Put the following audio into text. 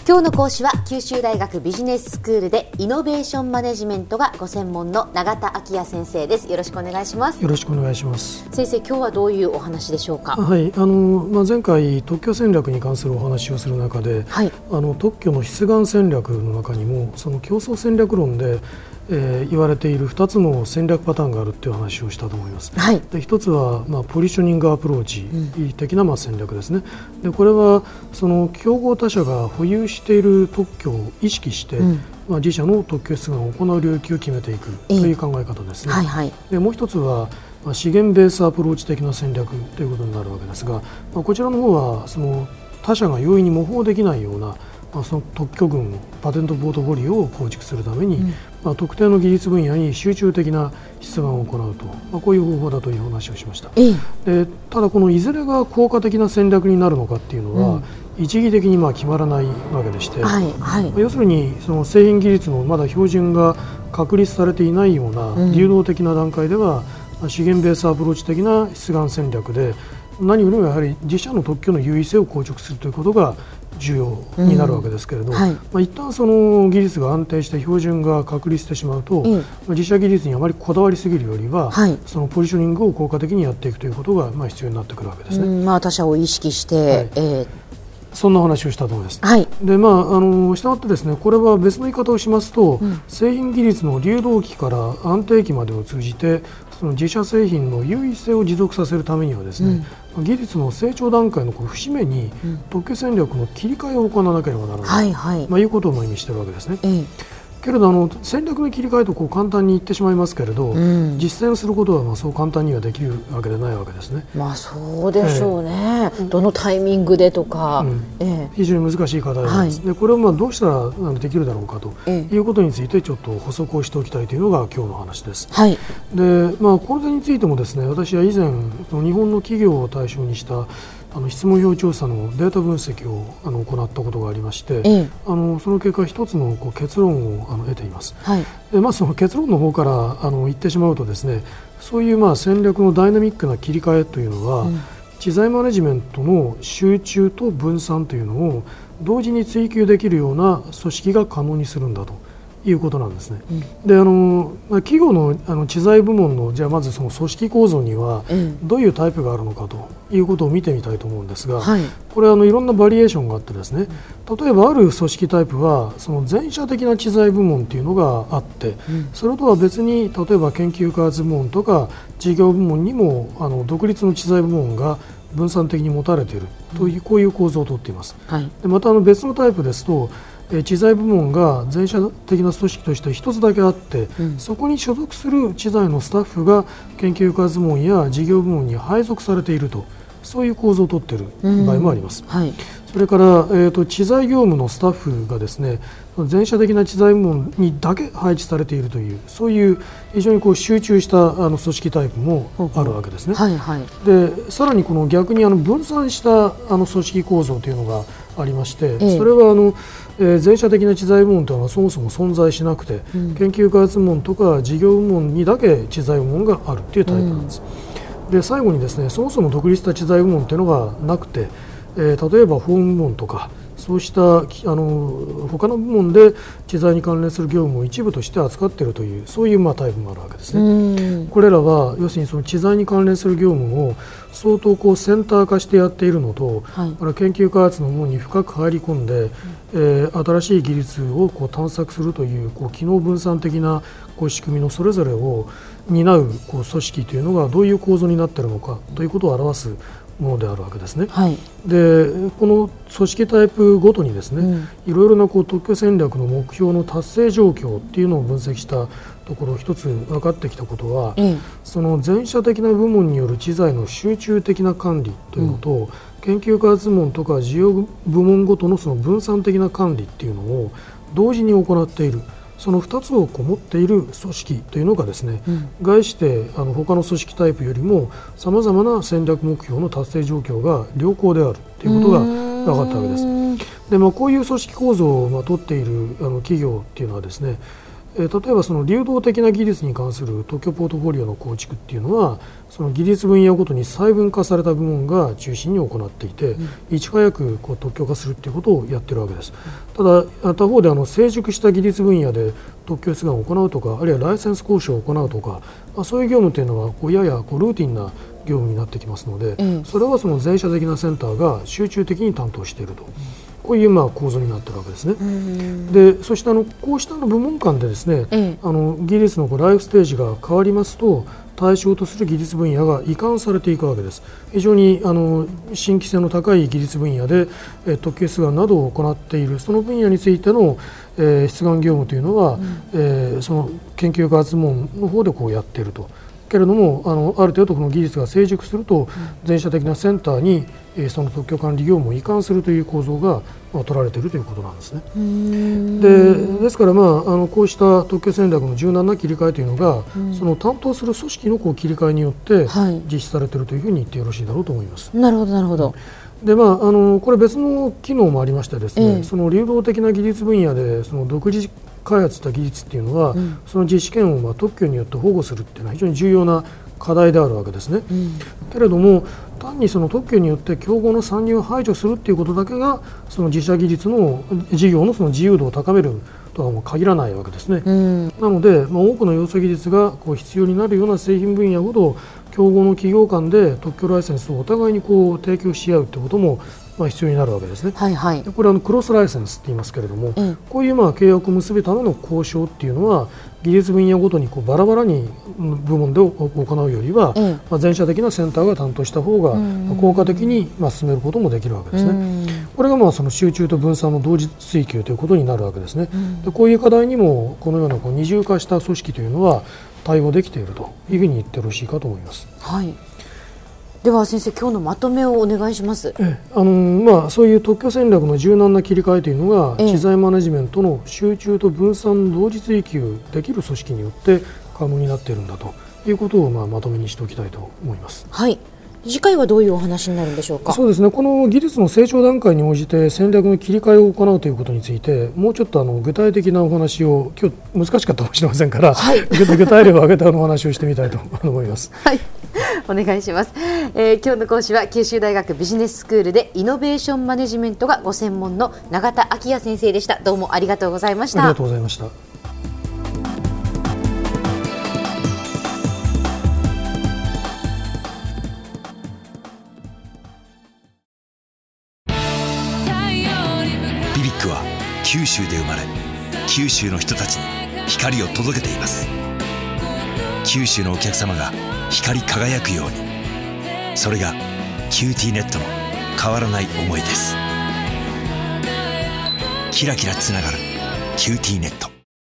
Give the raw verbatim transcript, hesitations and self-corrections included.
今日の講師は九州大学ビジネススクールでイノベーションマネジメントがご専門の永田昭也先生です。よろしくお願いします。 よろしくお願いします。 先生、今日はどういうお話でしょうか。 はい、あのまあ、前回特許戦略に関するお話をする中で、はい、あの特許の出願戦略の中にもその競争戦略論でえー、言われているふたつの戦略パターンがあるという話をしたと思います。はい、でひとつは、まあ、ポジショニングアプローチ的な、まあ、戦略ですね。でこれはその競合他社が保有している特許を意識して、うんまあ、自社の特許出願を行う領域を決めていくという考え方ですね。はいはい、でもう一つは、まあ、資源ベースアプローチ的な戦略ということになるわけですが、まあ、こちらの方はその他社が容易に模倣できないようなまあ、その特許群、パテントポートフォリオを構築するために、うんまあ、特定の技術分野に集中的な出願を行うと、まあ、こういう方法だという話をしました。ええ、でただ、このいずれが効果的な戦略になるのかっていうのは、うん、一義的にまあ決まらないわけでして、はいはい、要するにその製品技術のまだ標準が確立されていないような流動的な段階では、うん、資源ベースアプローチ的な出願戦略で何よりもやはり自社の特許の優位性を構築するということが重要になるわけですけれど、うんはいまあ、一旦その技術が安定して標準が確立してしまうと、うん、自社技術にあまりこだわりすぎるよりは、はい、そのポジショニングを効果的にやっていくということがまあ必要になってくるわけですね。 うんまあ、他社を意識して、はいえー、 そんな話をしたと思います。はい、でまあ、あのしたがってですね、これは別の言い方をしますと、うん、製品技術の流動期から安定期までを通じてその自社製品の優位性を持続させるためにはですね、うん、技術の成長段階のこう節目に特許戦略の切り替えを行わなければならない、はいはいまあ、いうことを意味しているわけですね。ええけれどあの戦略の切り替えとこう簡単に言ってしまいますけれど、うん、実践することはまあそう簡単にはできるわけでないわけですね。 まあそうでしょうね、えー、どのタイミングでとか、うんえー、非常に難しい課題なんです、はい、でこれをまあどうしたらできるだろうかということについてちょっと補足をしておきたいというのが今日の話です。はいでまあ、この点についてもですね、私は以前その日本の企業を対象にしたあの質問票調査のデータ分析をあの行ったことがありまして、ええ、あのその結果一つのこう結論をあの得ています。はい、でまあ、その結論の方からあの言ってしまうとですね、そういうまあ戦略のダイナミックな切り替えというのは、うん、知財マネジメントの集中と分散というのを同時に追求できるような組織が可能にするんだということなんですね。うん、であの企業の、あの知財部門のじゃあまずその組織構造にはどういうタイプがあるのかということを見てみたいと思うんですが、はい、これあのいろんなバリエーションがあってですね、例えばある組織タイプはその全社的な知財部門というのがあって、うん、それとは別に例えば研究開発部門とか事業部門にもあの独立の知財部門が分散的に持たれているという、こういう構造をとっています。はい、でまたあの別のタイプですと知財部門が全社的な組織として一つだけあって、うん、そこに所属する知財のスタッフが研究開発部門や事業部門に配属されていると、そういう構造をとっている場合もあります。はい、それから、えーと、知財業務のスタッフがですね、全社的な知財部門にだけ配置されているという、そういう非常にこう集中したあの組織タイプもあるわけですね。はいはい、でさらにこの逆にあの分散したあの組織構造というのがありまして、ええ、それはあの、えー、全社的な知財部門というのはそもそも存在しなくて、うん、研究開発部門とか事業部門にだけ知財部門があるというタイプなんです。うん、で最後にですね、そもそも独立した知財部門というのがなくて、えー、例えば法務部門とかそうしたあの他の部門で知財に関連する業務を一部として扱っているという、そういうまあタイプもあるわけですね。これらは要するにその知財に関連する業務を相当こうセンター化してやっているのと、はい、研究開発の方に深く入り込んで、うんえー、新しい技術をこう探索するという、こう機能分散的なこう仕組みのそれぞれを担うこう組織というのがどういう構造になっているのかということを表すものであるわけですね。はい、でこの組織タイプごとにですね、うん、いろいろなこう特許戦略の目標の達成状況っていうのを分析したところ、一つ分かってきたことは、うん、その全社的な部門による知財の集中的な管理というのと、うん、研究開発部門とか事業部門ごとのその分散的な管理っていうのを同時に行っている、そのふたつをこもっている組織というのがですね、うん、概してあの他の組織タイプよりもさまざまな戦略目標の達成状況が良好であるということが分かったわけです。で、まあ、こういう組織構造をまあ取っているあの企業っていうのはですね、 えー、例えばその流動的な技術に関する特許ポートフォリオの構築っていうのは、その技術分野ごとに細分化された部門が中心に行っていて、うん、いち早くこう特許化するっていうことをやってるわけです。ただ他方であの成熟した技術分野で特許出願を行うとか、あるいはライセンス交渉を行うとか、まあ、そういう業務というのはこうややこうルーティンな業務になってきますので、うん、それはその全社的なセンターが集中的に担当していると、こういうまあ構造になっているわけですね。でそしてあのこうしたの部門間でですね、ええ、あの技術のこうライフステージが変わりますと、対象とする技術分野が移管されていくわけです。非常にあの新規性の高い技術分野で、え特許出願などを行っているその分野についての、えー、出願業務というのは、うん、えー、その研究開発部門の方でこうやっていると。けれどもあのある程度この技術が成熟すると、全社的なセンターに、えー、その特許管理業務を移管するという構造が、まあ、取られているということなんですね。でですから、まあ、あのこうした特許戦略の柔軟な切り替えというのが、その担当する組織のこう切り替えによって実施されているというふうに言ってよろしいだろうと思います。 なるほどなるほど。 でまあ、あのこれ別の機能もありましてですね、ええ、その流動的な技術分野でその独自開発した技術っていうのは、うん、その実施権をまあ特許によって保護するっていうのは非常に重要な課題であるわけですね。うん、けれども単にその特許によって競合の参入を排除するっていうことだけがその自社技術の事業のその自由度を高めるとはもう限らないわけですね。うん、なので、まあ、多くの要素技術がこう必要になるような製品分野ほど競合の企業間で特許ライセンスをお互いにこう提供し合うということもまあ必要になるわけですね。はいはい、でこれはあのクロスライセンスと言いますけれども、うん、こういうまあ契約を結ぶための交渉っていうのは技術分野ごとにこうバラバラに部門で行うよりは、うん、まあ全社的なセンターが担当した方が効果的にまあ進めることもできるわけですね。うん、これがまあその集中と分散の同時追求ということになるわけですね。うん、でこういう課題にもこのようなこう二重化した組織というのは対応できているというふうに言ってよろしいかと思います。 はい、では先生、今日のまとめをお願いします。 えあの、まあ、そういう特許戦略の柔軟な切り替えというのが知財マネジメントの集中と分散の同時追求できる組織によって可能になっているんだということを、まあ、まとめにしておきたいと思います。 はい、次回はどういうお話になるんでしょうか。 そうですね、この技術の成長段階に応じて戦略の切り替えを行うということについてもうちょっとあの具体的なお話を、今日難しかったかもしれませんから、はい、具体例を挙げたお話をしてみたいと思います。 はい、お願いします。えー、今日の講師は九州大学ビジネススクールでイノベーションマネジメントがご専門の永田昭也先生でした。どうもありがとうございました。 ありがとうございました。 ビビックは九州で生まれ、九州の人たちに光を届けています。九州のお客様が光り輝くように、それがキューティーネットの変わらない思いです。キラキラつながるキューティーネット。